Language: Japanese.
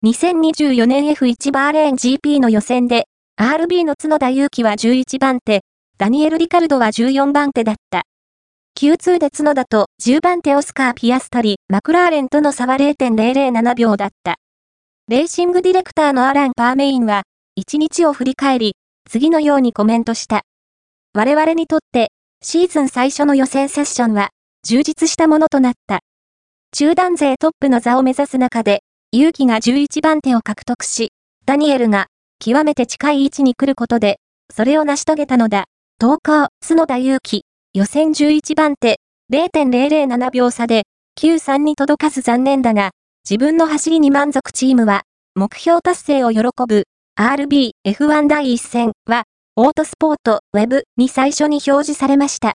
2024年 F1 バーレーン GP の予選で、RB の角田裕樹は11番手、ダニエル・リカルドは14番手だった。Q2 で角田と10番手オスカー・ピアスタリ、マクラーレンとの差は 0.007 秒だった。レーシングディレクターのアラン・パーメインは、1日を振り返り、次のようにコメントした。我々にとって、シーズン最初の予選セッションは、充実したものとなった。中団勢トップの座を目指す中で、裕樹が11番手を獲得し、ダニエルが、極めて近い位置に来ることで、それを成し遂げたのだ。投稿、角田裕樹、予選11番手、0.007 秒差で、Q3 に届かず残念だが、自分の走りに満足チームは、目標達成を喜ぶ、RB F1 第1戦は、オートスポートウェブに最初に表示されました。